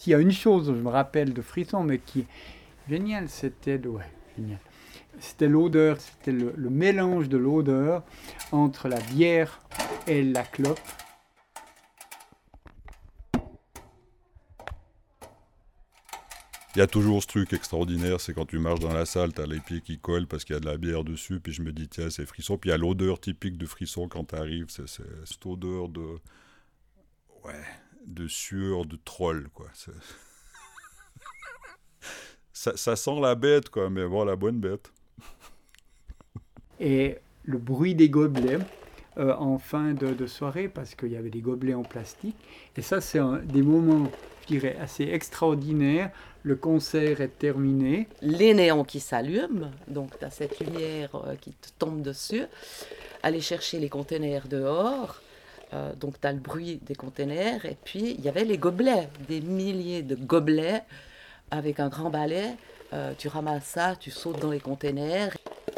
S'il y a une chose dont je me rappelle de Frisson, mais qui est géniale, c'était l'odeur, c'était le mélange de l'odeur entre la bière et la clope. Il y a toujours ce truc extraordinaire, c'est quand tu marches dans la salle, t'as les pieds qui collent parce qu'il y a de la bière dessus, puis je me dis tiens c'est Frisson, puis il y a l'odeur typique de Frisson quand t'arrives, c'est cette odeur de sueur de troll, quoi. Ça sent la bête, quoi, mais bon, la bonne bête. Et le bruit des gobelets en fin de soirée, parce qu'il y avait des gobelets en plastique, et ça c'est des moments, je dirais, assez extraordinaires. Le concert est terminé. Les néons qui s'allument, donc tu as cette lumière qui te tombe dessus. Aller chercher les containers dehors, donc tu as le bruit des containers. Et puis il y avait les gobelets, des milliers de gobelets avec un grand balai. Tu ramasses ça, tu sautes dans les containers.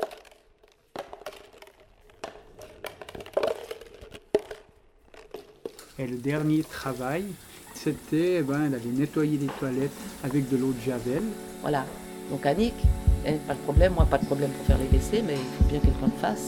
Et le dernier travail, c'était d'aller nettoyer les toilettes avec de l'eau de Javel. Voilà, donc Annick, pas de problème, moi pas de problème pour faire les WC, mais il faut bien quelqu'un le fasse.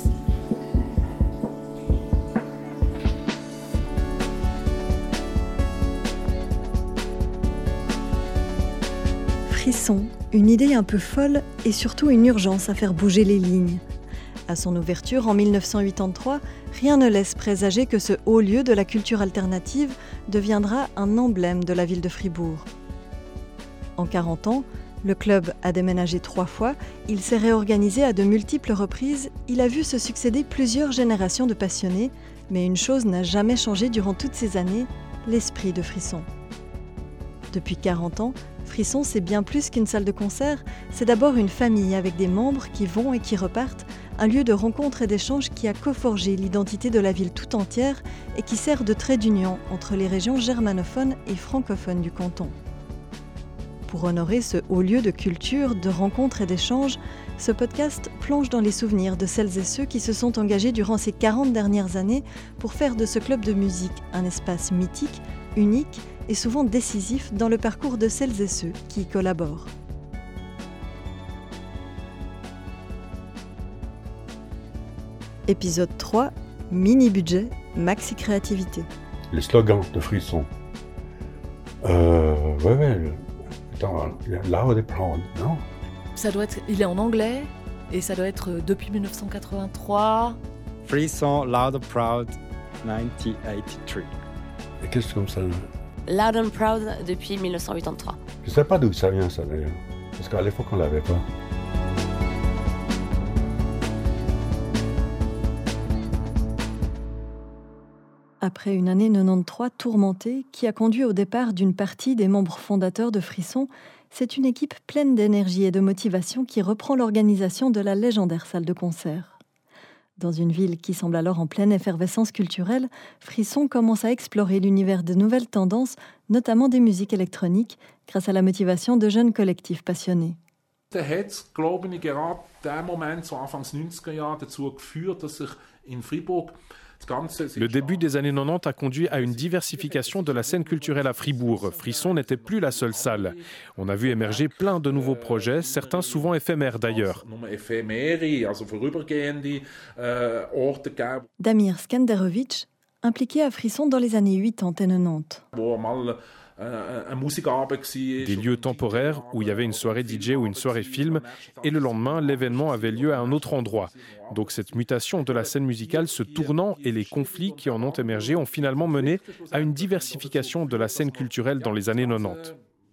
Frisson, une idée un peu folle et surtout une urgence à faire bouger les lignes. À son ouverture en 1983, rien ne laisse présager que ce haut lieu de la culture alternative deviendra un emblème de la ville de Fribourg. En 40 ans, le club a déménagé 3 fois, il s'est réorganisé à de multiples reprises, il a vu se succéder plusieurs générations de passionnés, mais une chose n'a jamais changé durant toutes ces années, l'esprit de Frisson. Depuis 40 ans, Frisson, c'est bien plus qu'une salle de concert, c'est d'abord une famille avec des membres qui vont et qui repartent, un lieu de rencontre et d'échange qui a coforgé l'identité de la ville tout entière et qui sert de trait d'union entre les régions germanophones et francophones du canton. Pour honorer ce haut lieu de culture, de rencontre et d'échange, ce podcast plonge dans les souvenirs de celles et ceux qui se sont engagés durant ces 40 dernières années pour faire de ce club de musique un espace mythique, unique et souvent décisif dans le parcours de celles et ceux qui y collaborent. Épisode 3, mini-budget, maxi-créativité. Les slogans de Frisson. Loud and Proud, non? Ça doit être, il est en anglais, et ça doit être depuis 1983. Frisson, Loud and Proud, 1983. Et qu'est-ce comme ça? Loud and Proud depuis 1983. Je ne sais pas d'où ça vient, ça, d'ailleurs. Parce qu'à l'époque, on ne l'avait pas. Après une année 93 tourmentée qui a conduit au départ d'une partie des membres fondateurs de Frisson, c'est une équipe pleine d'énergie et de motivation qui reprend l'organisation de la légendaire salle de concert. Dans une ville qui semble alors en pleine effervescence culturelle, Frisson commence à explorer l'univers de nouvelles tendances, notamment des musiques électroniques, grâce à la motivation de jeunes collectifs passionnés. Da hat es, glaube ich, gerade der Moment, so Anfangs 90er Jahre, dazu geführt, dass sich in Fribourg Le début des années 90 a conduit à une diversification de la scène culturelle à Fribourg. Frisson n'était plus la seule salle. On a vu émerger plein de nouveaux projets, certains souvent éphémères d'ailleurs. Damir Skenderovic, impliqué à Frisson dans les années 80 et 90. Des lieux temporaires où il y avait une soirée DJ ou une soirée film, et le lendemain, l'événement avait lieu à un autre endroit. Donc cette mutation de la scène musicale, ce tournant et les conflits qui en ont émergé ont finalement mené à une diversification de la scène culturelle dans les années 90.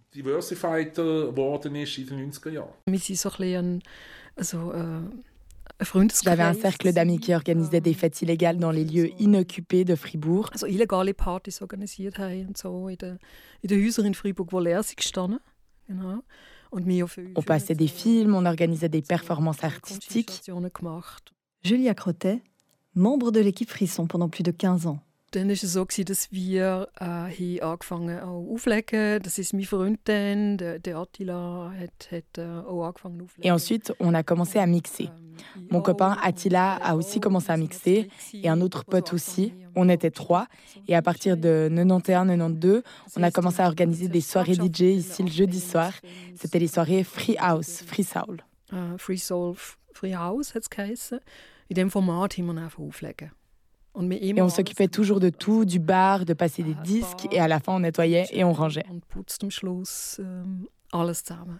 J'avais un cercle d'amis qui organisaient des fêtes illégales dans les lieux inoccupés de Fribourg. Illegale Partys organisiert haben und so in den Häusern in Fribourg, die leer sind gestanden. Genau. On passait des films, on organisait des performances artistiques. Julia Crotet, membre de l'équipe Frisson pendant plus de 15 ans. Dann war es so, dass wir angefangen haben aufzulegen. Das ist mein Freund dann, der Attila, hat auch angefangen aufzulegen. Et ensuite, on a commencé à mixer. Mon copain Attila a aussi commencé à mixer, et un autre pote aussi. On était 3. Et à partir de 91-92, on a commencé à organiser des soirées DJ ici le jeudi soir. C'était les soirées Free House, Free Soul. Free Soul, Free House hat es geheißen. In diesem Format haben wir einfach auflegen. Et on s'occupait toujours de tout, du bar, de passer des disques, et à la fin on nettoyait et on rangeait. Und putzt am Schluss alles zusammen.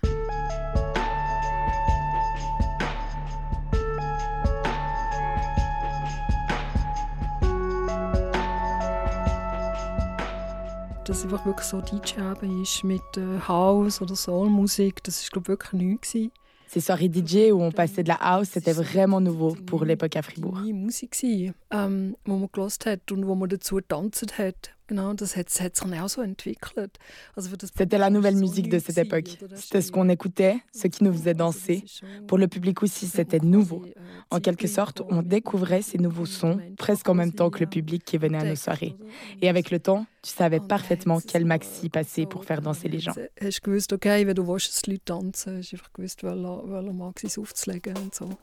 Dass einfach wirklich so DJ ist mit House oder Soul-Musik, das war glaube ich wirklich neu gewesen. Ces soirées DJ où on passait de la house, c'était vraiment nouveau pour l'époque à Fribourg. Das war Musik, die man gehört hat und wo man dazu getanzt hat. Genau, das hat sich dann auch so entwickelt. C'était la nouvelle musique de cette époque. C'était ce qu'on écoutait, ce qui nous faisait danser. Pour le public aussi, c'était nouveau. En quelque sorte, on découvrait ces nouveaux sons, presque en même temps que le public qui venait à nos soirées. Et avec le temps, tu savais parfaitement quel maxi passer pour faire danser les gens. Hast du gewusst, okay, wenn du willst, dass die Leute tanzen, hast du einfach gewusst, welche Maxis aufzulegen und so.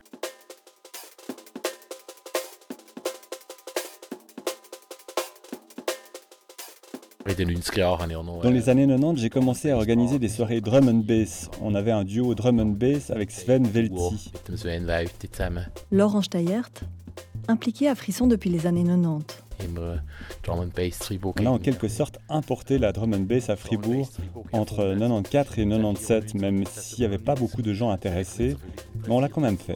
Dans les années 90, j'ai commencé à organiser des soirées drum and bass. On avait un duo drum and bass avec Sven Velti. Laurent Steyert, impliqué à Frisson depuis les années 90. On a en quelque sorte importé la drum and bass à Fribourg entre 94 et 97, même s'il n'y avait pas beaucoup de gens intéressés, mais on l'a quand même fait.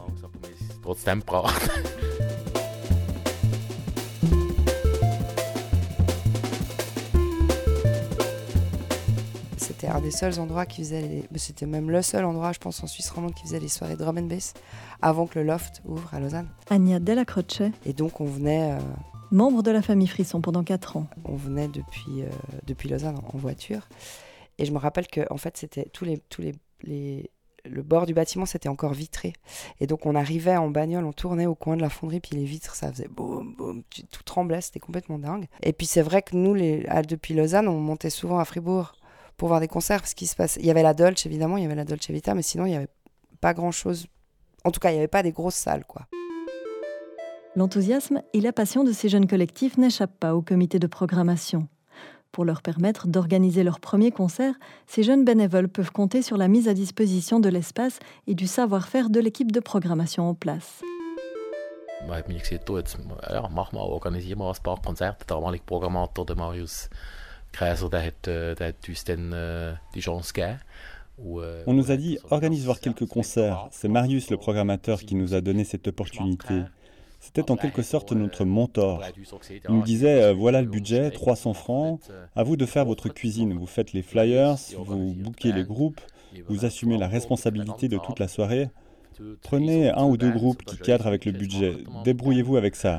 C'était un des seuls endroits qui faisait c'était même le seul endroit, je pense, en Suisse romande qui faisait les soirées drum and bass avant que le Loft ouvre à Lausanne. Ania Della Croce. Et donc on venait... membre de la famille Frisson pendant 4 ans. On venait depuis Lausanne en voiture. Et je me rappelle que en fait, c'était le bord du bâtiment, c'était encore vitré. Et donc on arrivait en bagnole, on tournait au coin de la fonderie, puis les vitres, ça faisait boum, boum, tout tremblait, c'était complètement dingue. Et puis c'est vrai que nous, depuis Lausanne, on montait souvent à Fribourg pour voir des concerts, parce qu'il se passe... Il y avait la Dolce, évidemment, il y avait la Dolce Vita, mais sinon, il n'y avait pas grand-chose. En tout cas, il n'y avait pas des grosses salles, quoi. L'enthousiasme et la passion de ces jeunes collectifs n'échappent pas au comité de programmation. Pour leur permettre d'organiser leur premier concert, ces jeunes bénévoles peuvent compter sur la mise à disposition de l'espace et du savoir-faire de l'équipe de programmation en place. Man hat mir gesagt, du, jetzt, ja, mach mal, organisier mal ein paar Konzerte. Der damalige Programmator, der Marius Kräser, der hat uns dann die Chance gegeben. On nous a dit, organise voir quelques concerts. C'est Marius, le programmateur, qui nous a donné cette opportunité. C'était en quelque sorte notre mentor. Il nous disait, voilà le budget, 300 francs, à vous de faire votre cuisine. Vous faites les flyers, vous bookez les groupes, vous assumez la responsabilité de toute la soirée. Prenez 1 ou 2 groupes qui cadrent avec le budget. Débrouillez-vous avec ça.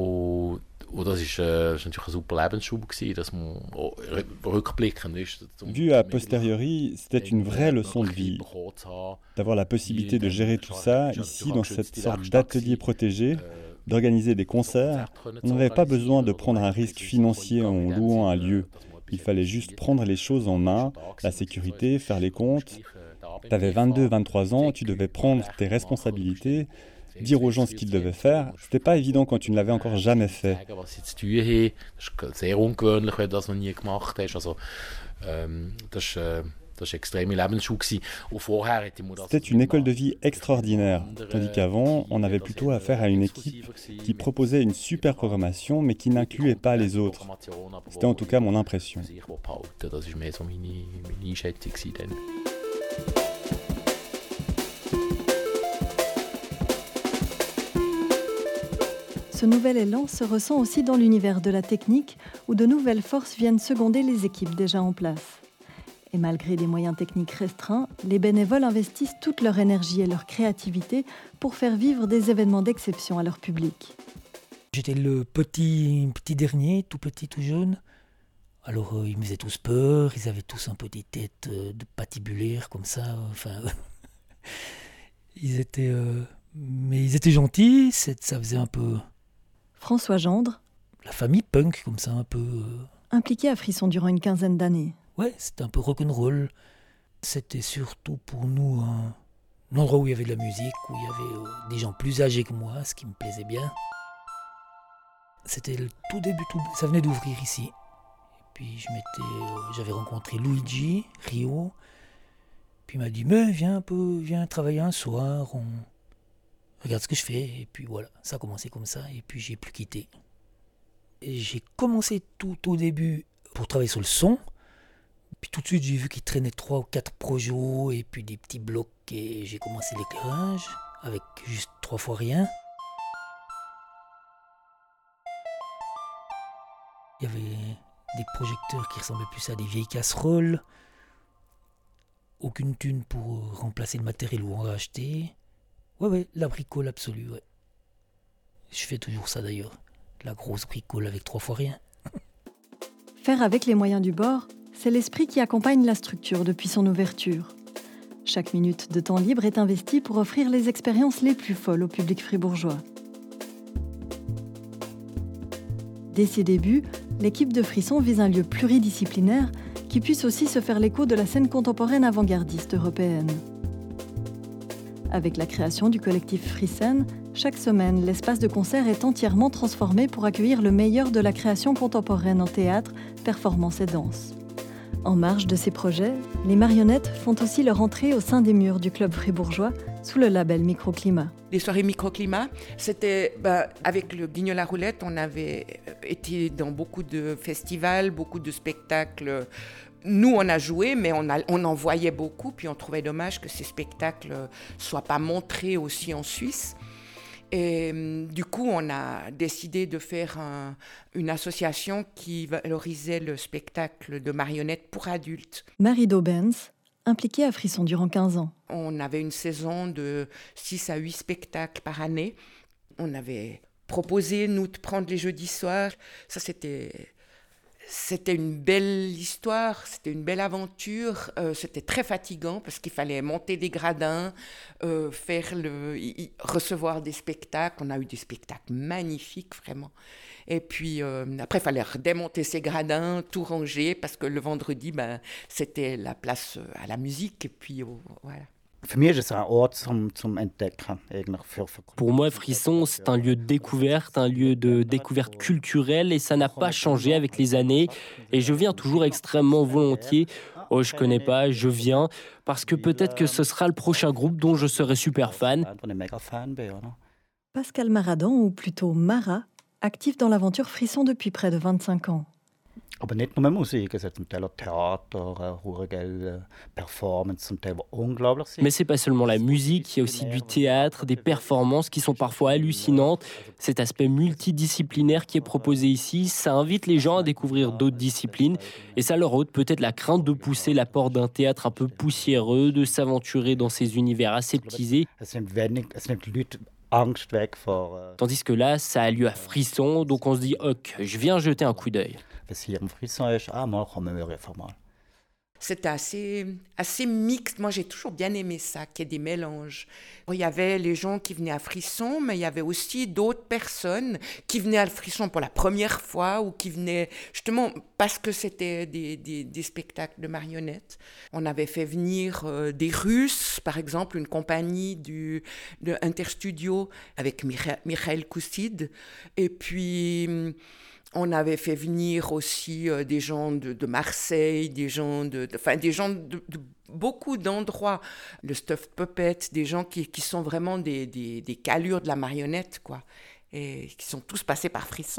Vu a posteriori, c'était une vraie leçon de vie. D'avoir la possibilité de gérer tout ça, ici, dans cette sorte d'atelier protégé, d'organiser des concerts. On n'avait pas besoin de prendre un risque financier en louant un lieu. Il fallait juste prendre les choses en main, la sécurité, faire les comptes. Tu avais 22, 23 ans, tu devais prendre tes responsabilités, dire aux gens ce qu'ils devaient faire. C'était pas évident quand tu ne l'avais encore jamais fait. C'était une école de vie extraordinaire, tandis qu'avant, on avait plutôt affaire à une équipe qui proposait une super programmation, mais qui n'incluait pas les autres. C'était en tout cas mon impression. Ce nouvel élan se ressent aussi dans l'univers de la technique, où de nouvelles forces viennent seconder les équipes déjà en place. Et malgré des moyens techniques restreints, les bénévoles investissent toute leur énergie et leur créativité pour faire vivre des événements d'exception à leur public. J'étais le petit dernier, tout petit, tout jeune. Alors ils me faisaient tous peur, ils avaient tous un peu des têtes de patibulaires comme ça. Enfin, ils étaient gentils, ça faisait un peu... François Gendre. la famille punk, comme ça, un peu... Impliqué à Frisson durant une quinzaine d'années. Ouais, c'était un peu rock'n'roll. C'était surtout pour nous un endroit où il y avait de la musique, où il y avait des gens plus âgés que moi, ce qui me plaisait bien. C'était le tout début, ça venait d'ouvrir ici. Et puis j'avais rencontré Luigi Rio. Puis il m'a dit, mais viens travailler un soir, regarde ce que je fais. Et puis voilà, ça a commencé comme ça, et puis j'ai plus quitté. Et j'ai commencé tout au début pour travailler sur le son. Puis tout de suite, j'ai vu qu'il traînait 3 ou 4 projets et puis des petits blocs. Et j'ai commencé l'éclairage avec juste 3 fois rien. Il y avait des projecteurs qui ressemblaient plus à des vieilles casseroles. Aucune thune pour remplacer le matériel ou en racheter. Ouais, la bricole absolue, ouais. Je fais toujours ça d'ailleurs. La grosse bricole avec 3 fois rien. Faire avec les moyens du bord, c'est l'esprit qui accompagne la structure depuis son ouverture. Chaque minute de temps libre est investie pour offrir les expériences les plus folles au public fribourgeois. Dès ses débuts, l'équipe de Frisson vise un lieu pluridisciplinaire qui puisse aussi se faire l'écho de la scène contemporaine avant-gardiste européenne. Avec la création du collectif Frissen, chaque semaine, l'espace de concert est entièrement transformé pour accueillir le meilleur de la création contemporaine en théâtre, performance et danse. En marge de ces projets, les marionnettes font aussi leur entrée au sein des murs du club fribourgeois sous le label Microclimat. Les soirées Microclimat, c'était avec le Guignol à Roulette, on avait été dans beaucoup de festivals, beaucoup de spectacles. Nous, on a joué, mais on en voyait beaucoup, puis on trouvait dommage que ces spectacles ne soient pas montrés aussi en Suisse. Et du coup, on a décidé de faire une association qui valorisait le spectacle de marionnettes pour adultes. Marie Daubens, impliquée à Frisson durant 15 ans. On avait une saison de 6 à 8 spectacles par année. On avait proposé, nous, de prendre les jeudis soirs. Ça, c'était une belle histoire, c'était une belle aventure. C'était très fatigant parce qu'il fallait monter des gradins, recevoir des spectacles. On a eu des spectacles magnifiques, vraiment. Et puis après, il fallait redémonter ces gradins, tout ranger, parce que le vendredi, c'était la place à la musique. Et puis voilà. Pour moi, Frisson, c'est un lieu de découverte culturelle et ça n'a pas changé avec les années. Et je viens toujours extrêmement volontiers. Oh, je connais pas, je viens parce que peut-être que ce sera le prochain groupe dont je serai super fan. Pascal Maradan, ou plutôt Mara, actif dans l'aventure Frisson depuis près de 25 ans. Mais c'est pas seulement la musique, il y a aussi du théâtre, des performances qui sont parfois hallucinantes. Cet aspect multidisciplinaire qui est proposé ici, ça invite les gens à découvrir d'autres disciplines et ça leur ôte peut-être la crainte de pousser la porte d'un théâtre un peu poussiéreux, de s'aventurer dans ces univers aseptisés. Tandis que là, ça a lieu à Frisson, donc on se dit « Ok, je viens jeter un coup d'œil ». C'était assez mixte. Moi, j'ai toujours bien aimé ça, qu'il y ait des mélanges. Il y avait les gens qui venaient à Frisson, mais il y avait aussi d'autres personnes qui venaient à Frisson pour la première fois ou qui venaient justement parce que c'était des spectacles de marionnettes. On avait fait venir des Russes, par exemple, une compagnie de Interstudio avec Mikhail Koussid. Et puis... on avait fait venir aussi des gens de Marseille, des gens de beaucoup d'endroits, le Stuffed Puppet, des gens qui sont vraiment des calures de la marionnette, quoi, et qui sont tous passés par Frisson.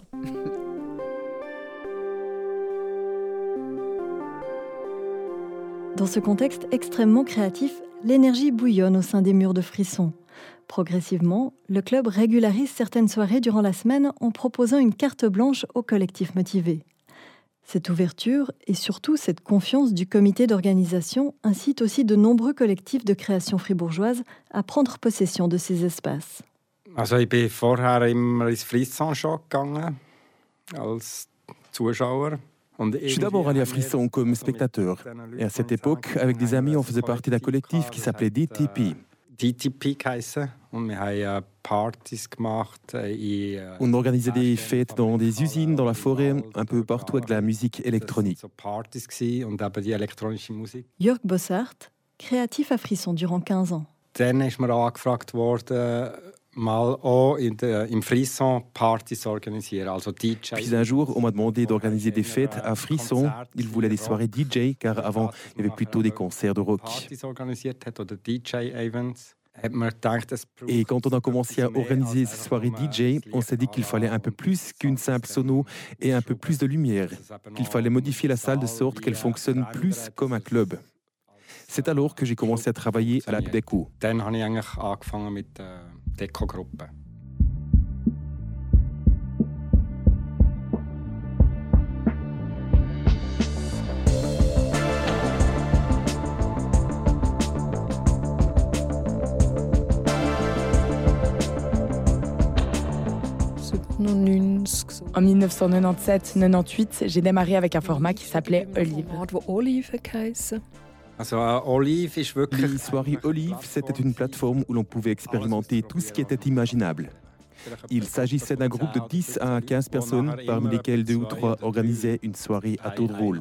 Dans ce contexte extrêmement créatif, l'énergie bouillonne au sein des murs de Frisson. Progressivement, le club régularise certaines soirées durant la semaine en proposant une carte blanche aux collectifs motivés. Cette ouverture et surtout cette confiance du comité d'organisation incite aussi de nombreux collectifs de création fribourgeoise à prendre possession de ces espaces. Ich bin vorher immer ins Frisson schon gegangen, als Zuschauer. Je suis d'abord allé à Frisson comme spectateur. Et à cette époque, avec des amis, on faisait partie d'un collectif qui s'appelait DTP. DTP geheißen und wir haben Partys gemacht. On organisait des fêtes dans des usines, dans la forêt, un peu partout avec de la musique électronique. Partys gsi und eben die elektronische Musik. Jörg Bossart, créatif à Frisson durant 15 ans. Dann ist mir angefragt worden, mal auch im Frisson Partys zu organisieren, also DJ. Puis un jour, on m'a demandé d'organiser des fêtes à Frisson. Ils voulaient des soirées DJ, car avant, il y avait plutôt des concerts de rock. Partys organisiert hat oder DJ-Events. Et quand on a commencé à organiser ces soirées DJ, on s'est dit qu'il fallait un peu plus qu'une simple sono et un peu plus de lumière, qu'il fallait modifier la salle de sorte qu'elle fonctionne plus comme un club. C'est alors que j'ai commencé à travailler à la Déco. Dann habe ich eigentlich angefangen mit Deko-Gruppe. En 1997-98, j'ai démarré avec un format qui s'appelait Olive. Les soirées Olive, c'était une plateforme où l'on pouvait expérimenter tout ce qui était imaginable. Il s'agissait d'un groupe de 10 à 15 personnes, parmi lesquelles 2 ou 3 organisaient une soirée à tour de rôle.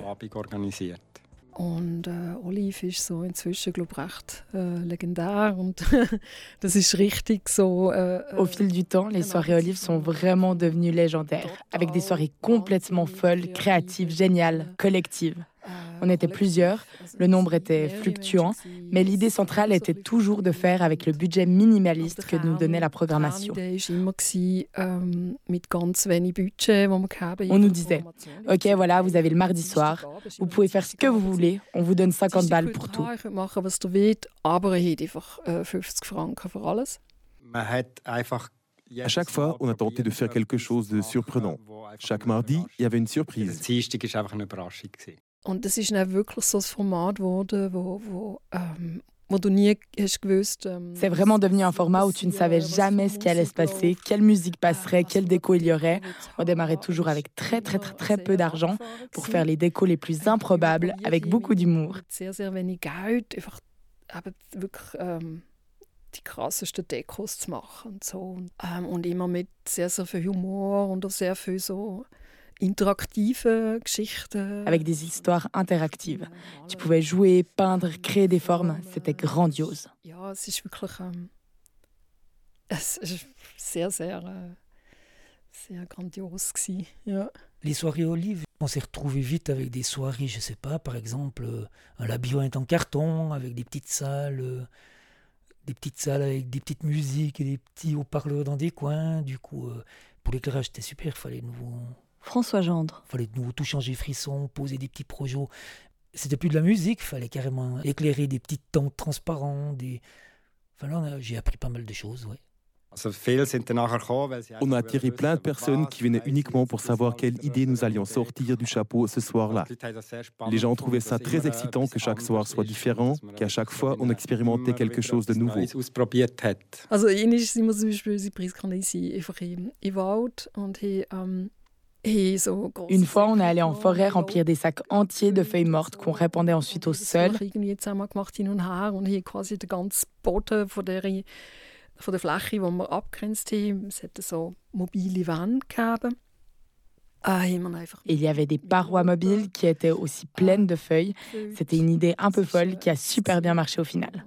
Und Olive ist so inzwischen, glaube ich, recht legendär. Und das ist richtig so. Au fil du temps, les soirées Olive sont vraiment devenues légendaires, avec des soirées complètement folles, créatives, géniales, collectives. On était plusieurs, le nombre était fluctuant, mais l'idée centrale était toujours de faire avec le budget minimaliste que nous donnait la programmation. On nous disait, ok, voilà, vous avez le mardi soir, vous pouvez faire ce que vous voulez, on vous donne 50 balles pour tout. À chaque fois, on a tenté de faire quelque chose de surprenant. Chaque mardi, il y avait une surprise. Und das ist dann wirklich so ein Format geworden, wo du nie hast gewusst. C'est vraiment devenu un format où tu ne savais jamais ce qui allait se passer, quelle musique passerait, quelle déco il y aurait. On démarrait toujours avec très peu d'argent pour faire les décos les plus improbables, avec beaucoup d'humour. Sehr, sehr wenig Geld, einfach wirklich die krassesten Dekos zu machen und so. Und immer mit sehr, sehr viel Humor und auch sehr viel so interactive Geschichten. Avec des histoires interactives. Tu pouvais jouer, peindre, créer des formes. C'était grandiose. Ja, es ist wirklich es ist sehr, sehr grandios gewesen. Ja. Les soirées Olive, on s'est retrouvés vite avec des soirées, je sais pas, par exemple, un labyrinthe en carton avec des petites salles avec des petites musiques et des petits haut-parleurs dans des coins. Du coup, pour l'éclairage, c'était super. Il fallait François Gendre. Il fallait de nouveau tout changer, frisson, poser des petits projets. C'était plus de la musique, il fallait carrément éclairer des petites tentes transparentes. Enfin là, j'ai appris pas mal de choses, ouais. On a attiré plein de personnes qui venaient uniquement pour savoir quelle idée nous allions sortir du chapeau ce soir-là. Les gens trouvaient ça très excitant que chaque soir soit différent, qu'à chaque fois on expérimentait quelque chose de nouveau. Also einmal sind wir zum Beispiel unsere Preiskandidaten einfach im Wald und Une fois, on est allé en forêt remplir des sacs entiers de feuilles mortes qu'on répandait ensuite au sol. Irgendwie zusammen gemacht hin und her und hier quasi den ganzen Boden von der Fläche, die wir abgrenzt haben. Es hat so mobile Wände gegeben. Il y avait des parois mobiles qui étaient aussi pleines de feuilles. C'était une idée un peu folle qui a super bien marché au final.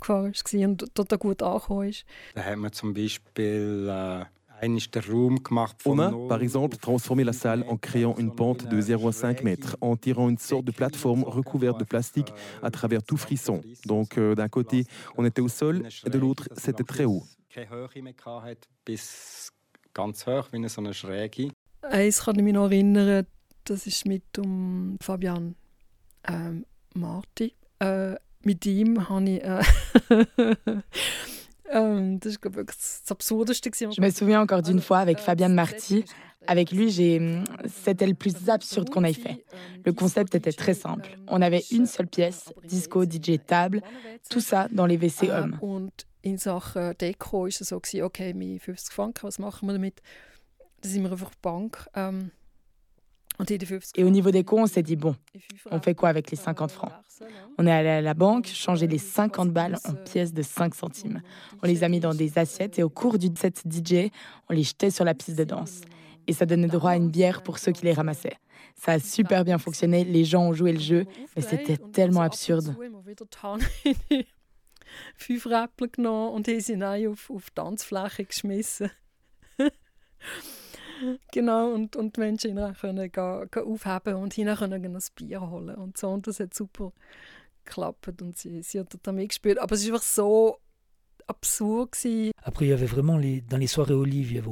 On a, par exemple, transformé la salle en créant une pente de 0,5 mètres, en tirant une sorte de plateforme recouverte de plastique à travers tout Frisson. Donc, d'un côté, on était au sol, et de l'autre, c'était très haut. Eins kann ich mich noch erinnern, das ist mit Fabian Marti. Mit ihm habe ich... das ist, glaube ich, das Absurdeste. Je me souviens encore d'une fois avec Fabian Marti. Avec lui, c'était le plus absurde qu'on ait fait. Le concept était très simple. On avait une seule pièce, disco, DJ, table, tout ça dans les WC hommes. Und in Sachen Deko war es so, okay, wir 50 Franken, was machen wir damit? Da sind wir einfach auf die Bank Et au niveau des coûts, on s'est dit, bon, on fait quoi avec les 50 francs? On est allé à la banque, changer les 50 balles en pièces de 5 centimes. On les a mis dans des assiettes et au cours du set DJ, on les jetait sur la piste de danse. Et ça donnait droit à une bière pour ceux qui les ramassaient. Ça a super bien fonctionné, les gens ont joué le jeu, mais c'était tellement absurde. 5 Räppchen genommen und haben sie dann auf die Tanzfläche geschmissen. Genau, und die Menschen können aufheben und hinein ein Bier holen und so. Und das hat super geklappt und sie hat da mitgespielt. Aber es war einfach so absurd gewesen. Après, il y avait vraiment dans les soirées Olive, il y avait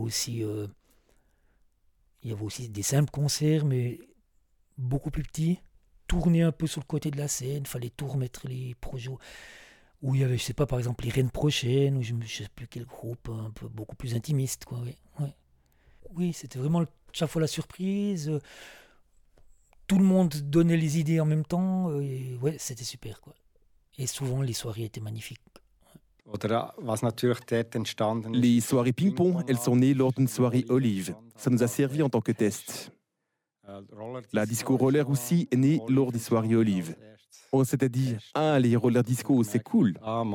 aussi des simples concerts, mais beaucoup plus petits, tournés un peu sur le côté de la scène. Il fallait tout remettre les projets. Où il y avait, je sais pas, par exemple, les Reines Prochaines, ou je sais plus quel groupe, un peu beaucoup plus intimiste, quoi. Oui, c'était vraiment chaque fois la surprise. Tout le monde donnait les idées en même temps. Et ouais, c'était super, quoi. Et souvent, les soirées étaient magnifiques. Les soirées ping-pong, elles sont nées lors d'une soirée Olive. Ça nous a servi en tant que test. La disco roller aussi est née lors des soirées Olive. On s'était dit, les roller disco, c'est cool.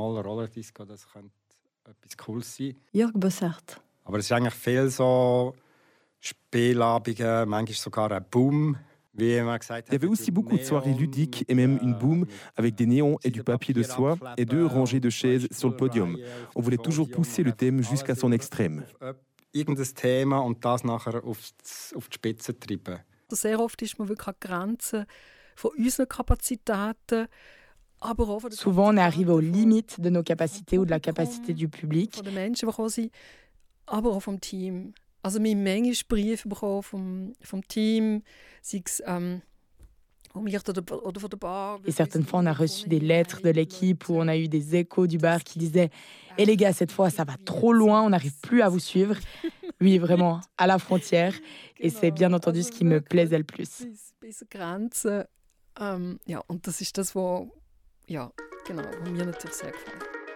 Jörg Bossart. Aber es ist eigentlich viel so Spielabende, manchmal sogar ein Boom. Il y avait aussi beaucoup de soirées ludiques et même une boom avec des néons et du papier de soie et 2 rangées de chaises sur le podium. On voulait toujours pousser le thème jusqu'à son extrême. Irgendein Thema und das nachher auf die Spitze treiben. Sehr oft ist man wirklich an die Grenzen von unseren Kapazitäten. Souvent, on est arrivé aux limites de nos capacités ou de la capacité du public. Von den Menschen, die gekommen sind, aber auch vom Team. Also wir haben manchmal Briefe bekommen vom Team, sei es oder von der Bar. Et certaines fois, on a reçu des lettres de l'équipe où on a eu des échos du bar qui disaient « Eh les gars, cette fois, ça va trop loin, on n'arrive plus à vous suivre. » Oui, vraiment, à la frontière. Et c'est bien entendu ce qui me plaisait le plus. Bis Grenzen. Ja, und das ist das, was mir natürlich sehr gefällt.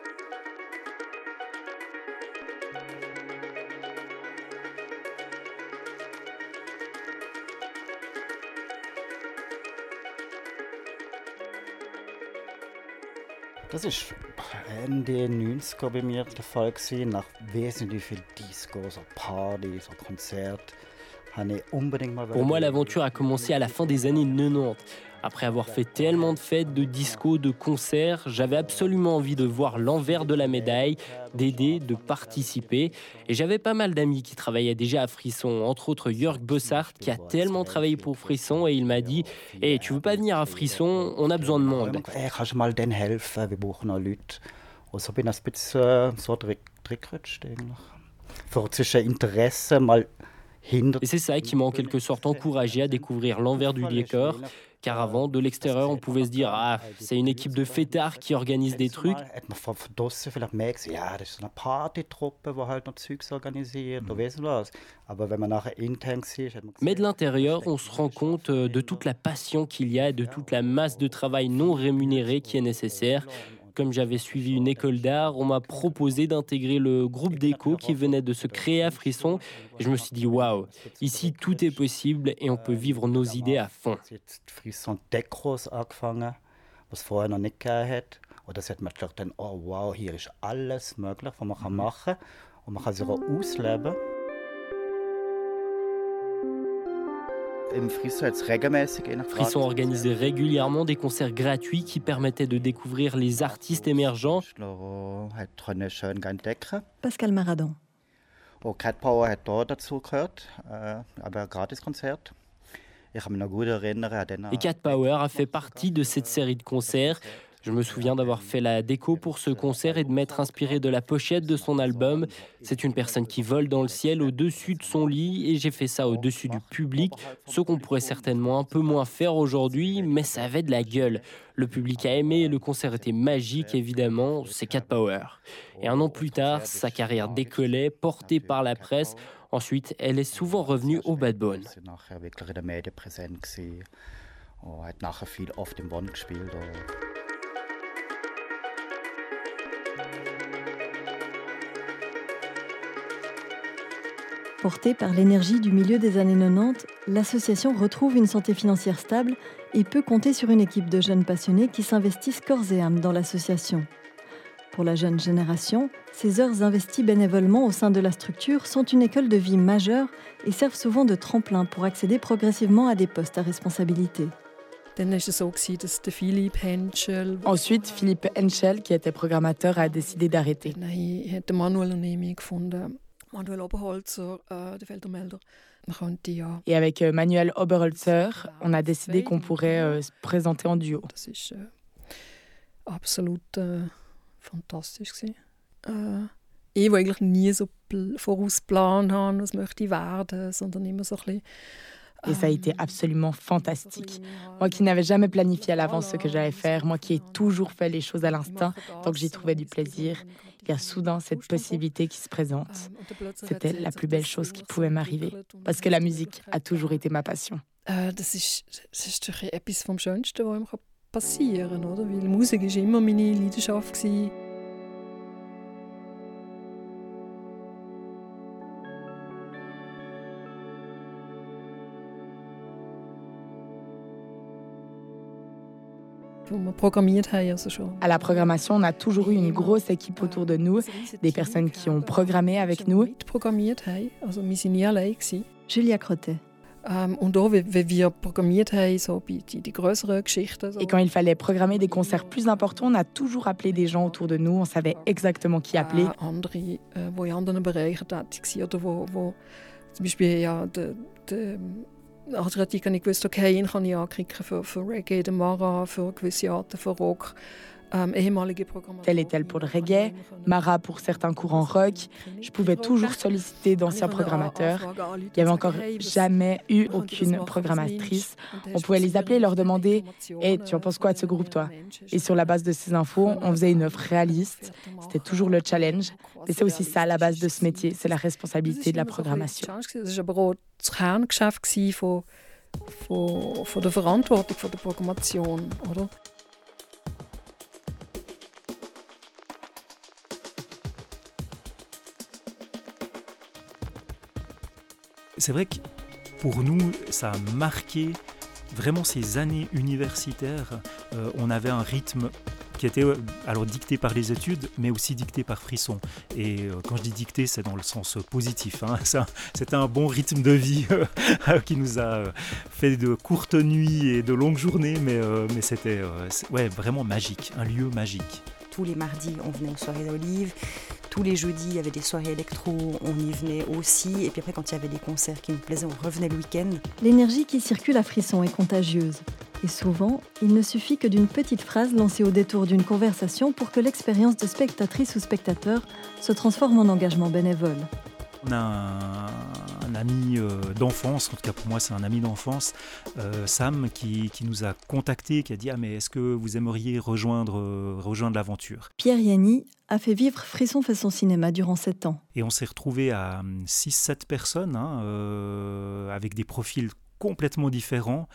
Das ist Ende 90er bei mir der Fall gewesen. Nach wesentlich viel Discos, Partys, Konzerten. Pour moi, l'aventure a commencé à la fin des années 90. Après avoir fait tellement de fêtes, de discos, de concerts, j'avais absolument envie de voir l'envers de la médaille, d'aider, de participer. Et j'avais pas mal d'amis qui travaillaient déjà à Frisson, entre autres Jörg Bossart, qui a tellement travaillé pour Frisson, et il m'a dit « Hey, tu veux pas venir à Frisson? On a besoin de monde. » Kannst du mal denen helfen? Wir brauchen noch Leute. Und so bin ich ein bisschen so reingerutscht eigentlich. Für zwischen Interesse mal. Et c'est ça qui m'a en quelque sorte encouragé à découvrir l'envers du décor, car avant, de l'extérieur, on pouvait se dire « Ah, c'est une équipe de fêtards qui organise des trucs. » Mais de l'intérieur, on se rend compte de toute la passion qu'il y a, de toute la masse de travail non rémunéré qui est nécessaire. Comme j'avais suivi une école d'art, on m'a proposé d'intégrer le groupe d'écho qui venait de se créer à Frisson. Et je me suis dit, waouh, ici tout est possible et on peut vivre nos idées à fond. Frisson Decros angefangen, was vorher noch nicht gegeben hat. Und das hat man gedacht, oh wow, hier ist alles möglich, was man machen kann. Und man kann sich auch ausleben. Frisson organisait régulièrement des concerts gratuits qui permettaient de découvrir les artistes émergents. Pascal Maradon. Cat Power hat da dazu gehört, aber ein Gratiskonzert. Ich kann mich noch gut erinnern. Et Cat Power a fait partie de cette série de concerts. Je me souviens d'avoir fait la déco pour ce concert et de m'être inspiré de la pochette de son album. C'est une personne qui vole dans le ciel au-dessus de son lit et j'ai fait ça au-dessus du public, ce qu'on pourrait certainement un peu moins faire aujourd'hui, mais ça avait de la gueule. Le public a aimé et le concert était magique, évidemment, c'est Cat Power. Et 1 an plus tard, sa carrière décollait, portée par la presse. Ensuite, elle est souvent revenue au Bad Bone. Confortée par l'énergie du milieu des années 90, l'association retrouve une santé financière stable et peut compter sur une équipe de jeunes passionnés qui s'investissent corps et âme dans l'association. Pour la jeune génération, ces heures investies bénévolement au sein de la structure sont une école de vie majeure et servent souvent de tremplin pour accéder progressivement à des postes à responsabilité. Ensuite, Philippe Henschel, qui était programmateur, a décidé d'arrêter. Et avec Manuel Oberholzer, on a décidé qu'on pourrait se présenter en duo. Fantastisch gewesen. Ich, wo eigentlich nie so vorausgeplant habe, was möchte ich werden, sondern immer so ein bisschen. Et ça a été absolument fantastique. Moi qui n'avais jamais planifié à l'avance ce que j'allais faire, moi qui ai toujours fait les choses à l'instinct, tant que j'y trouvais du plaisir, il y a soudain cette possibilité qui se présente. C'était la plus belle chose qui pouvait m'arriver, parce que la musique a toujours été ma passion. Das ist doch etwas vom Schönsten, was ihm passieren kann, oder? Weil Musik war immer meine Leidenschaft gewesen. À la programmation, on a toujours eu une grosse équipe autour de nous, des personnes qui ont programmé avec nous. Julia Crottet. Et quand il fallait programmer des concerts plus importants, on a toujours appelé des gens autour de nous, on savait exactement qui appeler. Adriatic habe ich gewusst, okay, ihn kann ich anklicken für Reggae, den Mara, für gewisse Arten von Rock. Tel et tel pour le reggae, Mara pour certains courants rock. Je pouvais toujours solliciter d'anciens programmateurs. Il n'y avait encore jamais eu aucune programmatrice. On pouvait les appeler et leur demander « Hey, tu en penses quoi de ce groupe, toi ?» Et sur la base de ces infos, on faisait une offre réaliste. C'était toujours le challenge. Mais c'est aussi ça, la base de ce métier, c'est la responsabilité de la programmation. Das war aber auch das Kerngeschäft von der Verantwortung von der Programmation, oder? C'est vrai que pour nous, ça a marqué vraiment ces années universitaires. On avait un rythme qui était alors dicté par les études, mais aussi dicté par Frisson. Et quand je dis dicté, c'est dans le sens positif. Hein. C'était un bon rythme de vie qui nous a fait de courtes nuits et de longues journées, mais c'était vraiment magique, un lieu magique. Tous les mardis, on venait aux soirées d'Olive. Tous les jeudis, il y avait des soirées électro, on y venait aussi. Et puis après, quand il y avait des concerts qui nous plaisaient, on revenait le week-end. L'énergie qui circule à Frisson est contagieuse. Et souvent, il ne suffit que d'une petite phrase lancée au détour d'une conversation pour que l'expérience de spectatrice ou spectateur se transforme en engagement bénévole. On a un ami d'enfance, en tout cas pour moi c'est un ami d'enfance, Sam, qui nous a contactés, qui a dit « Ah mais est-ce que vous aimeriez rejoindre l'aventure ?» Pierre Yanni a fait vivre Frisson fait son cinéma durant 7 ans. Et on s'est retrouvés à 6-7 personnes, avec des profils complètement différents,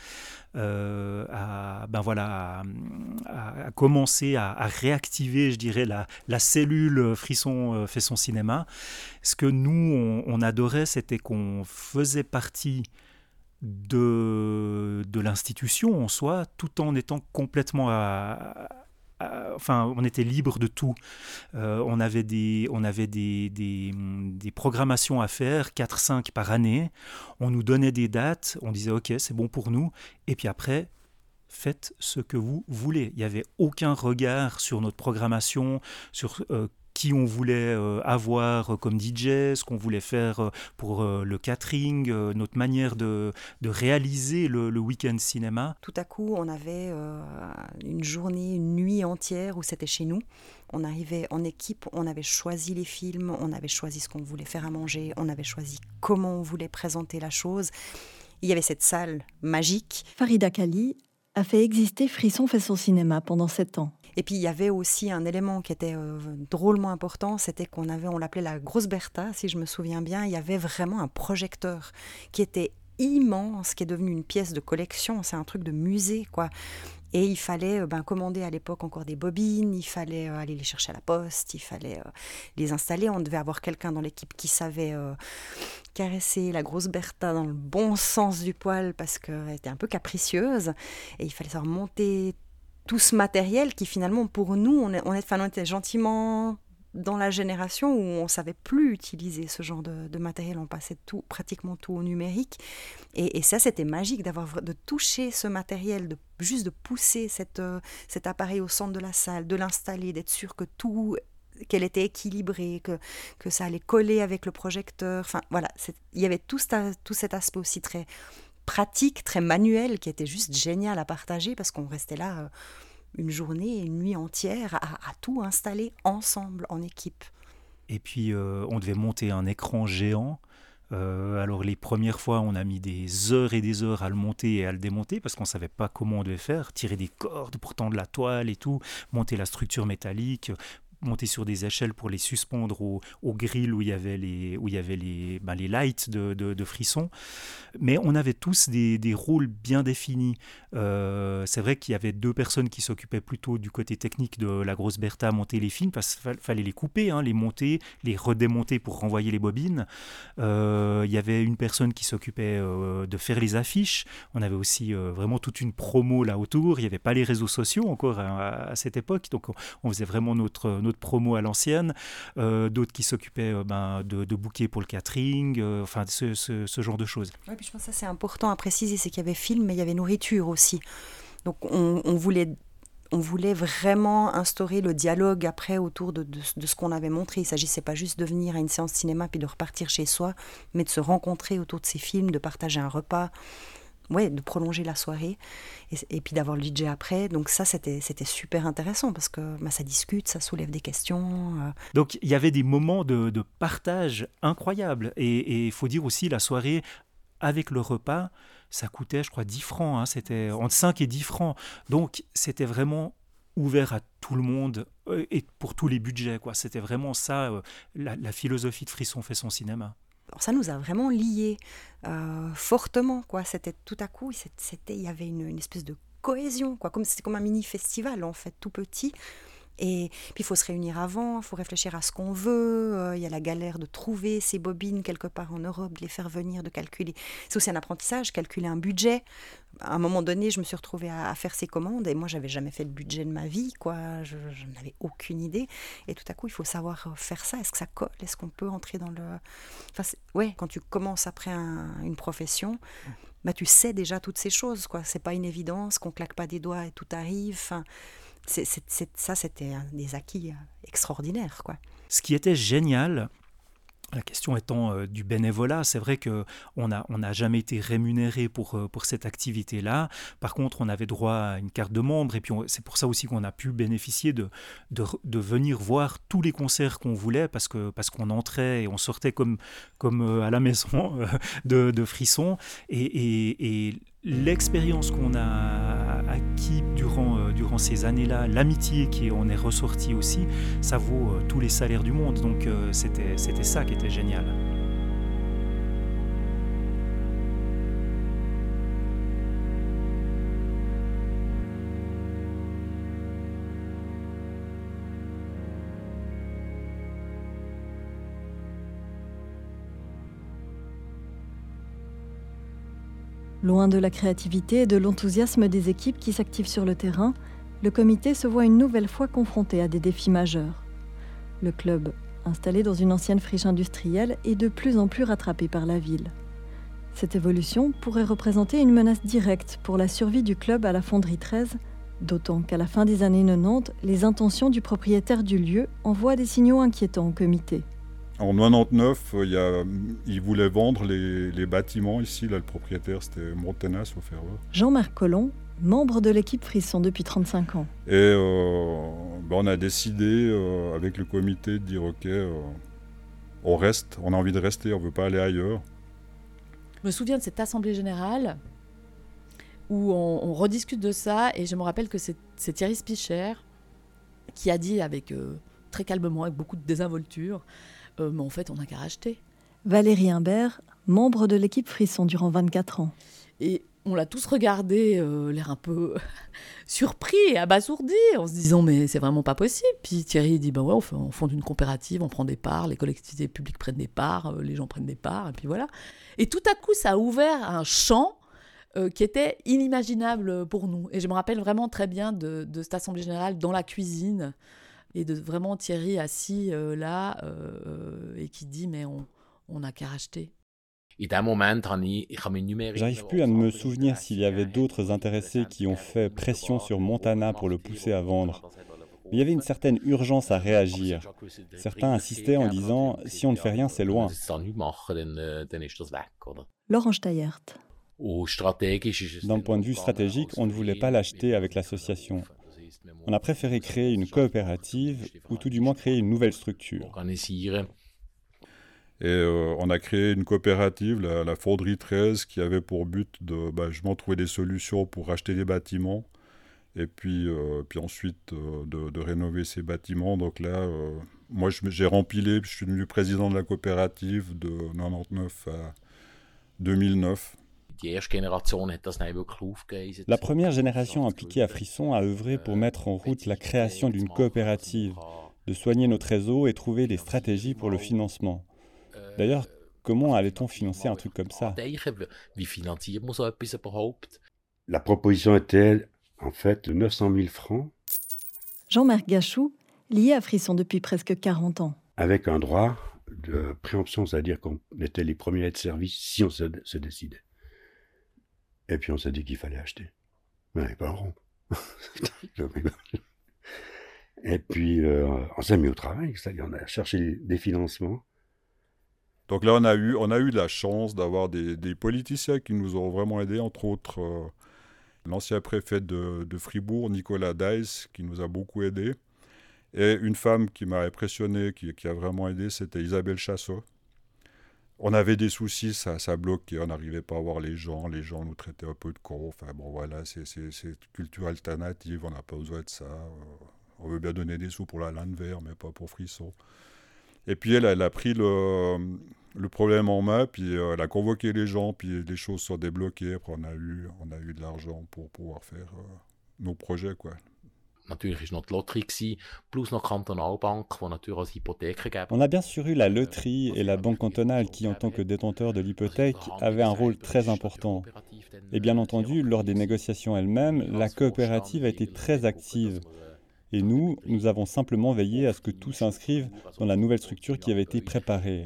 à commencer à réactiver, je dirais, la cellule Frisson fait son cinéma. Ce que nous, on adorait, c'était qu'on faisait partie de l'institution en soi, tout en étant complètement on était libre de tout. On avait des programmations à faire, 4-5 par année. On nous donnait des dates, on disait « Ok, c'est bon pour nous ». Et puis après, faites ce que vous voulez. Il n'y avait aucun regard sur notre programmation, sur qui on voulait avoir comme DJ, ce qu'on voulait faire pour le catering, notre manière de réaliser le week-end cinéma. Tout à coup, on avait une journée, une nuit entière où c'était chez nous. On arrivait en équipe, on avait choisi les films, on avait choisi ce qu'on voulait faire à manger, on avait choisi comment on voulait présenter la chose. Il y avait cette salle magique. Farida Kali a fait exister Frisson fait son cinéma pendant 7 ans. Et puis il y avait aussi un élément qui était drôlement important, c'était on l'appelait la grosse Bertha, si je me souviens bien. Il y avait vraiment un projecteur qui était immense, qui est devenu une pièce de collection, c'est un truc de musée, quoi. Et il fallait commander à l'époque encore des bobines, il fallait aller les chercher à la poste, il fallait les installer. On devait avoir quelqu'un dans l'équipe qui savait caresser la grosse Bertha dans le bon sens du poil parce qu'elle était un peu capricieuse. Et il fallait savoir monter tout ce matériel qui finalement pour nous, on était gentiment dans la génération où on ne savait plus utiliser ce genre de matériel, on passait pratiquement tout au numérique. Et ça, c'était magique de toucher ce matériel, juste de pousser cet appareil au centre de la salle, de l'installer, d'être sûr qu'elle était équilibrée, que ça allait coller avec le projecteur. Enfin, voilà, il y avait tout cet aspect aussi très pratique, très manuel, qui était juste génial à partager parce qu'on restait là une journée et une nuit entière à tout installer ensemble, en équipe. Et puis, on devait monter un écran géant. Alors, les premières fois, on a mis des heures et des heures à le monter et à le démonter parce qu'on ne savait pas comment on devait faire. Tirer des cordes pour tendre la toile et tout, monter la structure métallique, monter sur des échelles pour les suspendre au grill où il y avait les lights de Frisson. Mais on avait tous des rôles bien définis. C'est vrai qu'il y avait 2 personnes qui s'occupaient plutôt du côté technique de la grosse Bertha à monter les films, parce qu'il fallait les couper, les monter, les redémonter pour renvoyer les bobines. Il y avait une personne qui s'occupait de faire les affiches. On avait aussi vraiment toute une promo là autour. Il n'y avait pas les réseaux sociaux encore à cette époque, donc on faisait vraiment notre promo à l'ancienne, d'autres qui s'occupaient de booker pour le catering, enfin ce genre de choses. Oui, puis je pense que ça c'est important à préciser, c'est qu'il y avait film, mais il y avait nourriture aussi. Donc on voulait vraiment instaurer le dialogue après autour de ce qu'on avait montré. Il ne s'agissait pas juste de venir à une séance cinéma puis de repartir chez soi, mais de se rencontrer autour de ces films, de partager un repas. Ouais, de prolonger la soirée et puis d'avoir le DJ après. Donc ça, c'était super intéressant parce que ça discute, ça soulève des questions. Donc il y avait des moments de partage incroyables. Et il faut dire aussi, la soirée avec le repas, ça coûtait, je crois, 10 francs. C'était entre 5 et 10 francs. Donc c'était vraiment ouvert à tout le monde et pour tous les budgets, quoi. C'était vraiment ça, la philosophie de Frisson fait son cinéma. Alors ça nous a vraiment liés fortement, quoi. C'était tout à coup, il y avait une espèce de cohésion, quoi. C'était comme un mini festival en fait, tout petit. Et puis il faut se réunir avant, il faut réfléchir à ce qu'on veut. Il y a la galère de trouver ces bobines quelque part en Europe, de les faire venir, de calculer. C'est aussi un apprentissage, calculer un budget. À un moment donné, je me suis retrouvée à faire ces commandes et moi, j'avais jamais fait de budget de ma vie, quoi. Je n'avais aucune idée. Et tout à coup, il faut savoir faire ça. Est-ce que ça colle? Est-ce qu'on peut entrer dans le... Enfin, ouais, quand tu commences après une profession, tu sais déjà toutes ces choses, quoi. C'est pas une évidence qu'on claque pas des doigts et tout arrive. Enfin, ça, c'était des acquis extraordinaires, quoi. Ce qui était génial, la question étant du bénévolat, c'est vrai qu'on n'a jamais été rémunéré pour cette activité-là. Par contre, on avait droit à une carte de membre et puis c'est pour ça aussi qu'on a pu bénéficier de venir voir tous les concerts qu'on voulait parce qu'on entrait et on sortait comme à la maison de Frisson. Et l'expérience qu'on a acquis durant ces années-là, l'amitié on est ressorti aussi, ça vaut tous les salaires du monde. Donc c'était ça qui était génial. Loin de la créativité et de l'enthousiasme des équipes qui s'activent sur le terrain, le comité se voit une nouvelle fois confronté à des défis majeurs. Le club, installé dans une ancienne friche industrielle, est de plus en plus rattrapé par la ville. Cette évolution pourrait représenter une menace directe pour la survie du club à la Fonderie 13, d'autant qu'à la fin des années 90, les intentions du propriétaire du lieu envoient des signaux inquiétants au comité. En 99, il voulait vendre les bâtiments ici. Là, le propriétaire, c'était Montenas au Ferreur. Jean-Marc Collomb, membre de l'équipe Frisson depuis 35 ans. Et on a décidé avec le comité de dire ok, on reste, on a envie de rester, on ne veut pas aller ailleurs. Je me souviens de cette assemblée générale où on rediscute de ça et je me rappelle que c'est Thierry Spicher qui a dit avec très calmement, avec beaucoup de désinvolture, mais en fait, on n'a qu'à racheter. Valérie Imbert, membre de l'équipe Frisson durant 24 ans. Et on l'a tous regardé, l'air un peu surpris et abasourdi, en se disant mais c'est vraiment pas possible. Puis Thierry dit ouais, on fonde une coopérative, on prend des parts, les collectivités publiques prennent des parts, les gens prennent des parts, et puis voilà. Et tout à coup, ça a ouvert un champ qui était inimaginable pour nous. Et je me rappelle vraiment très bien de cette assemblée générale dans la cuisine, et de vraiment Thierry assis là, et qui dit mais on n'a qu'à racheter. J'arrive plus à me souvenir s'il y avait d'autres intéressés qui ont fait pression sur Montana pour le pousser à vendre. Mais il y avait une certaine urgence à réagir. Certains insistaient en disant « si on ne fait rien, c'est loin ». Laurent Steyert. D'un point de vue stratégique, on ne voulait pas l'acheter avec l'association. On a préféré créer une coopérative, ou tout du moins créer une nouvelle structure. Et on a créé une coopérative, la Fonderie 13, qui avait pour but de justement trouver des solutions pour racheter des bâtiments et puis ensuite de rénover ces bâtiments. Donc là, moi j'ai rempilé, je suis devenu président de la coopérative de 1999 à 2009. La première génération impliquée à Frisson a œuvré pour mettre en route la création d'une coopérative, de soigner notre réseau et trouver des stratégies pour le financement. D'ailleurs, comment allait-on financer un truc comme ça ? La proposition était en fait de 900 000 francs. Jean-Marc Gachou, lié à Frisson depuis presque 40 ans. Avec un droit de préemption, c'est-à-dire qu'on était les premiers à être servis si on se décidait. Et puis on s'est dit qu'il fallait acheter. Mais on n'avait pas un rond. Et puis on s'est mis au travail, c'est-à-dire on a cherché des financements. Donc là, on a eu de la chance d'avoir des politiciens qui nous ont vraiment aidés, entre autres l'ancien préfet de Fribourg, Nicolas Deiss, qui nous a beaucoup aidés. Et une femme qui m'a impressionné, qui a vraiment aidé, c'était Isabelle Chassot. On avait des soucis, ça bloquait, on n'arrivait pas à voir les gens nous traitaient un peu de cons. Enfin bon, voilà, c'est culture alternative, on n'a pas besoin de ça. On veut bien donner des sous pour la Landwehr, mais pas pour Frisson. Et puis elle a pris le problème en main, puis elle a convoqué les gens, puis les choses sont débloquées. Après, on a eu de l'argent pour pouvoir faire nos projets, quoi. On a bien sûr eu la loterie et la banque cantonale qui, en tant que détenteur de l'hypothèque, avaient un rôle très important. Et bien entendu, lors des négociations elles-mêmes, la coopérative a été très active. Et nous avons simplement veillé à ce que tout s'inscrive dans la nouvelle structure qui avait été préparée.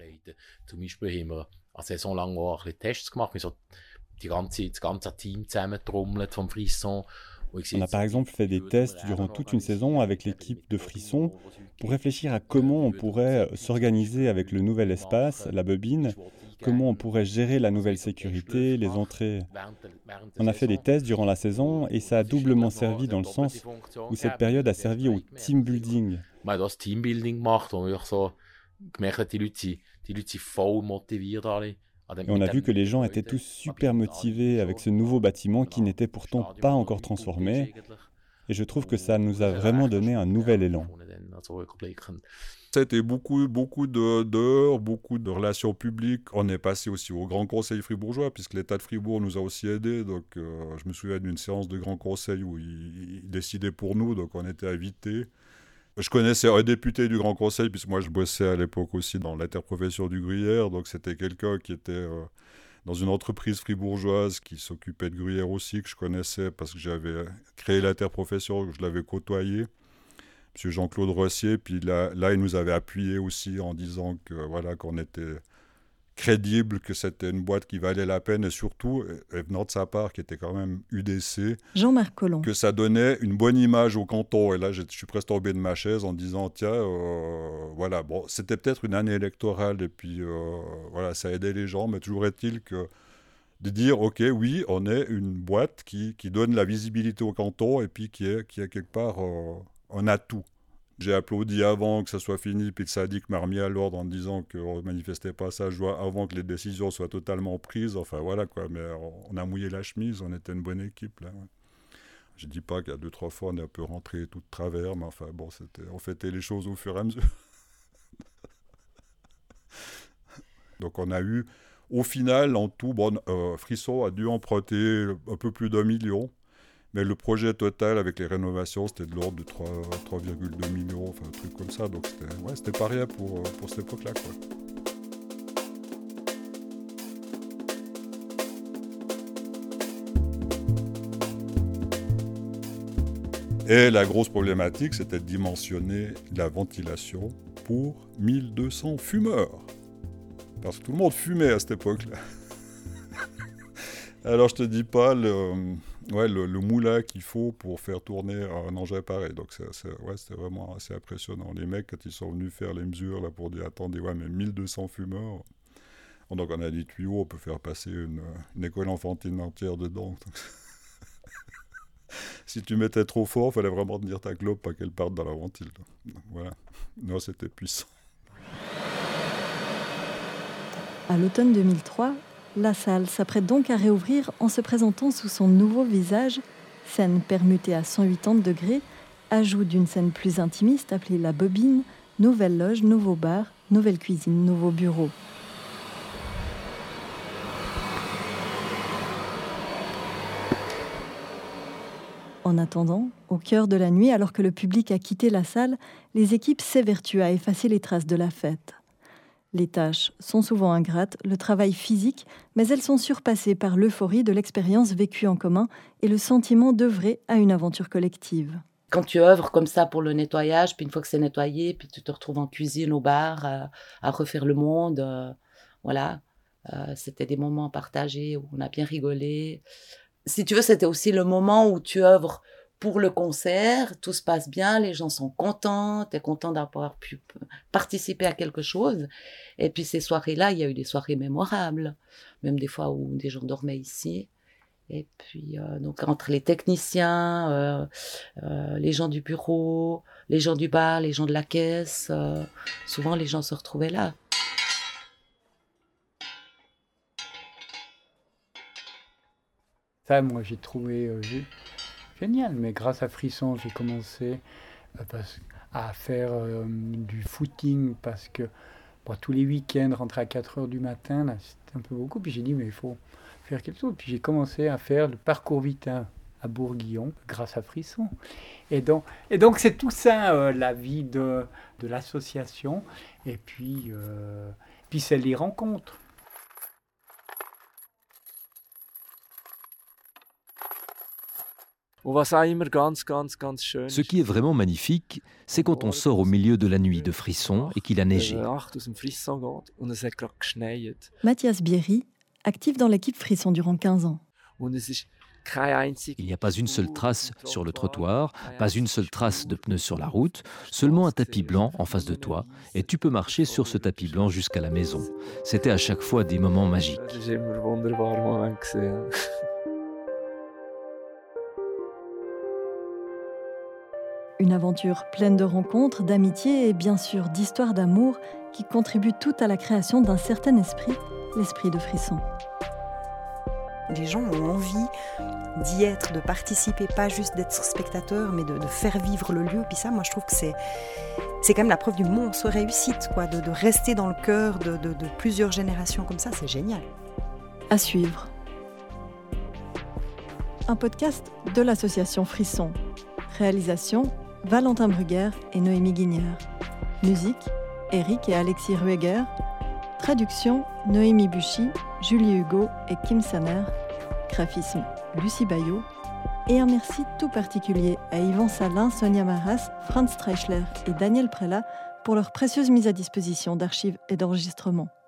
On a par exemple fait des tests durant toute une saison avec l'équipe de Frisson pour réfléchir à comment on pourrait s'organiser avec le nouvel espace, la bobine, comment on pourrait gérer la nouvelle sécurité, les entrées. On a fait des tests durant la saison et ça a doublement servi dans le sens où cette période a servi au team building. Et on a vu que les gens étaient tous super motivés avec ce nouveau bâtiment qui n'était pourtant pas encore transformé. Et je trouve que ça nous a vraiment donné un nouvel élan. C'était beaucoup d'heures, beaucoup de relations publiques. On est passé aussi au Grand Conseil fribourgeois, puisque l'État de Fribourg nous a aussi aidés. Donc, je me souviens d'une séance de Grand Conseil où il décidait pour nous, donc on était invités. Je connaissais un député du Grand Conseil, puisque moi je bossais à l'époque aussi dans l'interprofession du gruyère, donc c'était quelqu'un qui était dans une entreprise fribourgeoise qui s'occupait de gruyère aussi, que je connaissais parce que j'avais créé l'interprofession, que je l'avais côtoyé. M. Jean-Claude Rossier, puis là, il nous avait appuyé aussi en disant que voilà, qu'on était crédible, que c'était une boîte qui valait la peine, et surtout, et venant de sa part, qui était quand même UDC, Jean-Marc Collomb, que ça donnait une bonne image au canton. Et là, je suis presque tombé de ma chaise en disant, tiens, voilà, bon, c'était peut-être une année électorale, et puis voilà, ça aidait les gens, mais toujours est-il que de dire, ok, oui, on est une boîte qui donne la visibilité au canton, et puis qui est quelque part un atout. J'ai applaudi avant que ça soit fini, puis le syndic m'a remis à l'ordre en disant qu'on ne manifestait pas sa joie avant que les décisions soient totalement prises. Enfin voilà quoi, mais on a mouillé la chemise, on était une bonne équipe là. Ouais. Je ne dis pas qu'il y a 2-3 fois on a un peu rentré tout de travers, mais enfin bon, on fêtait les choses au fur et à mesure. Donc on a eu Au final, en tout, Frisson a dû emprunter un peu plus d'1 million. Mais le projet total avec les rénovations, c'était de l'ordre de 3,2 millions, enfin un truc comme ça. Donc c'était pas rien pour cette époque-là, quoi. Et la grosse problématique, c'était de dimensionner la ventilation pour 1200 fumeurs. Parce que tout le monde fumait à cette époque-là. Alors je te dis pas le moulin qu'il faut pour faire tourner un engin pareil. Donc c'était vraiment assez impressionnant. Les mecs, quand ils sont venus faire les mesures là, pour dire attendez, mais 1200 fumeurs. Donc on a des tuyaux, on peut faire passer une école enfantine entière dedans. Si tu mettais trop fort, il fallait vraiment tenir ta clope pas qu'elle parte dans la ventile. Voilà. Non, c'était puissant. À l'automne 2003, la salle s'apprête donc à réouvrir en se présentant sous son nouveau visage, scène permutée à 180 degrés, ajout d'une scène plus intimiste appelée la bobine, nouvelle loge, nouveau bar, nouvelle cuisine, nouveau bureau. En attendant, au cœur de la nuit, alors que le public a quitté la salle, les équipes s'évertuent à effacer les traces de la fête. Les tâches sont souvent ingrates, le travail physique, mais elles sont surpassées par l'euphorie de l'expérience vécue en commun et le sentiment d'œuvrer à une aventure collective. Quand tu œuvres comme ça pour le nettoyage, puis une fois que c'est nettoyé, puis tu te retrouves en cuisine, au bar, à refaire le monde, voilà. C'était des moments partagés où on a bien rigolé. Si tu veux, c'était aussi le moment où tu œuvres pour le concert, tout se passe bien, les gens sont contents, tu es content d'avoir pu participer à quelque chose. Et puis ces soirées-là, il y a eu des soirées mémorables, même des fois où des gens dormaient ici. Et puis, donc entre les techniciens, les gens du bureau, les gens du bar, les gens de la caisse, souvent les gens se retrouvaient là. Ça, moi, j'ai trouvé génial. Mais grâce à Frisson, j'ai commencé à faire du footing parce que tous les week-ends, rentrer à 4h du matin, là, c'était un peu beaucoup. Puis j'ai dit, mais il faut faire quelque chose. Puis j'ai commencé à faire le parcours Vitin à Bourguillon grâce à Frisson. Et donc c'est tout ça, la vie de l'association. Et puis c'est les rencontres. Ce qui est vraiment magnifique, c'est quand on sort au milieu de la nuit de Frisson et qu'il a neigé. Mathias Bierry, actif dans l'équipe Frisson durant 15 ans. Il n'y a pas une seule trace sur le trottoir, pas une seule trace de pneus sur la route, seulement un tapis blanc en face de toi, et tu peux marcher sur ce tapis blanc jusqu'à la maison. C'était à chaque fois des moments magiques. Une aventure pleine de rencontres, d'amitié et bien sûr d'histoires d'amour qui contribuent toutes à la création d'un certain esprit, l'esprit de Frisson. Les gens ont envie d'y être, de participer, pas juste d'être spectateur, mais de faire vivre le lieu. Puis ça, moi, je trouve que c'est quand même la preuve d'une immense réussite, quoi, de rester dans le cœur de plusieurs générations comme ça, c'est génial. À suivre. Un podcast de l'association Frisson. Réalisation, Valentin Bruguère et Noémie Guignard. Musique, Eric et Alexis Rueger. Traduction, Noémie Buchy, Julie Hugo et Kim Saner. Graphisme, Lucie Bayot. Et un merci tout particulier à Yvan Salin, Sonia Maras, Franz Streichler et Daniel Prella pour leur précieuse mise à disposition d'archives et d'enregistrements.